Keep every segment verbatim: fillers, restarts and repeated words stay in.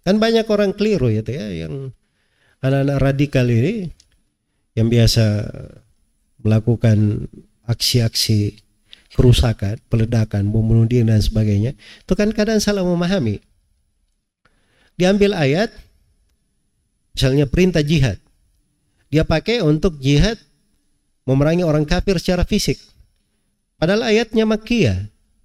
Kan banyak orang keliru gitu ya, yang anak-anak radikal ini yang biasa melakukan aksi-aksi kerusakan, peledakan, bom bunuh diri dan sebagainya, itu kan kadang salah memahami. Diambil ayat, misalnya perintah jihad, dia pakai untuk jihad memerangi orang kafir secara fisik. Padahal ayatnya Makkiyah.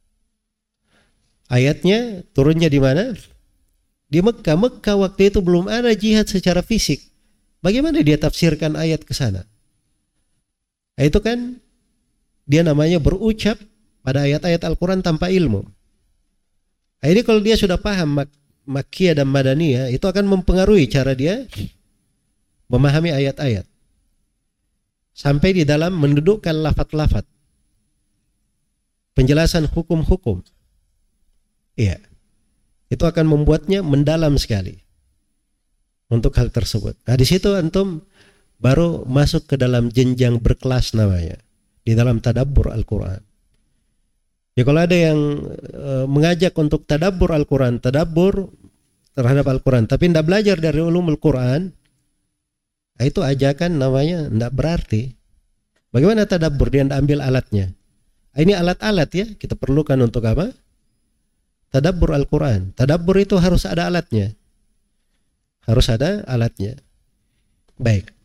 Ayatnya turunnya di mana? Di Mekah. Mekah waktu itu belum ada jihad secara fisik. Bagaimana dia tafsirkan ayat ke sana? Nah, itu kan dia namanya berucap pada ayat-ayat Al-Quran tanpa ilmu. Nah, ini kalau dia sudah paham Mak Makkiyah dan Madaniyah, itu akan mempengaruhi cara dia memahami ayat-ayat. Sampai di dalam mendudukkan lafaz-lafaz, penjelasan hukum-hukum. Iya. Itu akan membuatnya mendalam sekali untuk hal tersebut. Nah, di situ antum baru masuk ke dalam jenjang berkelas namanya, di dalam tadabbur Al-Quran. Ya, kalau ada yang e, mengajak untuk tadabbur Al-Quran, tadabbur terhadap Al-Quran, tapi tidak belajar dari ulumul Quran, nah itu ajakan namanya tidak berarti. Bagaimana tadabbur? Dia tidak ambil alatnya. Nah, ini alat-alat ya, kita perlukan untuk apa? Tadabbur Al-Quran. Tadabbur itu harus ada alatnya. Harus ada alatnya. Baik.